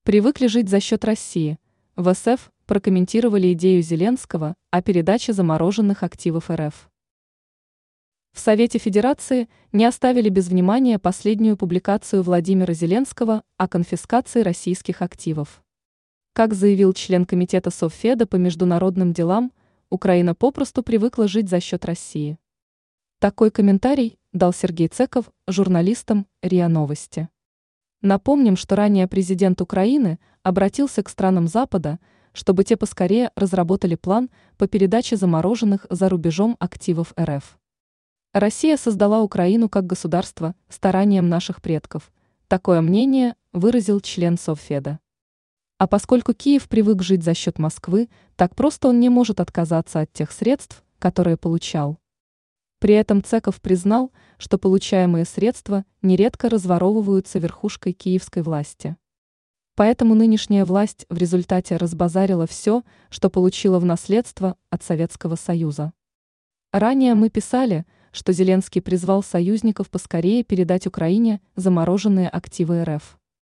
Привыкли жить за счет России. В СФ прокомментировали идею Зеленского о передаче замороженных активов РФ. В Совете Федерации не оставили без внимания последнюю публикацию Владимира Зеленского о конфискации российских активов. Как заявил член комитета Совфеда по международным делам, Украина попросту привыкла жить за счет России. Такой комментарий дал Сергей Цеков журналистам РИА Новости. Напомним, что ранее президент Украины обратился к странам Запада, чтобы те поскорее разработали план по передаче замороженных за рубежом активов РФ. Россия создала Украину как государство старанием наших предков. Такое мнение выразил член Совфеда. А поскольку Киев привык жить за счет Москвы, так просто он не может отказаться от тех средств, которые получал. При этом Цеков признал, что получаемые средства нередко разворовываются верхушкой киевской власти. Поэтому нынешняя власть в результате разбазарила все, что получила в наследство от Советского Союза. Ранее мы писали, что Зеленский призвал союзников поскорее передать Украине замороженные активы РФ.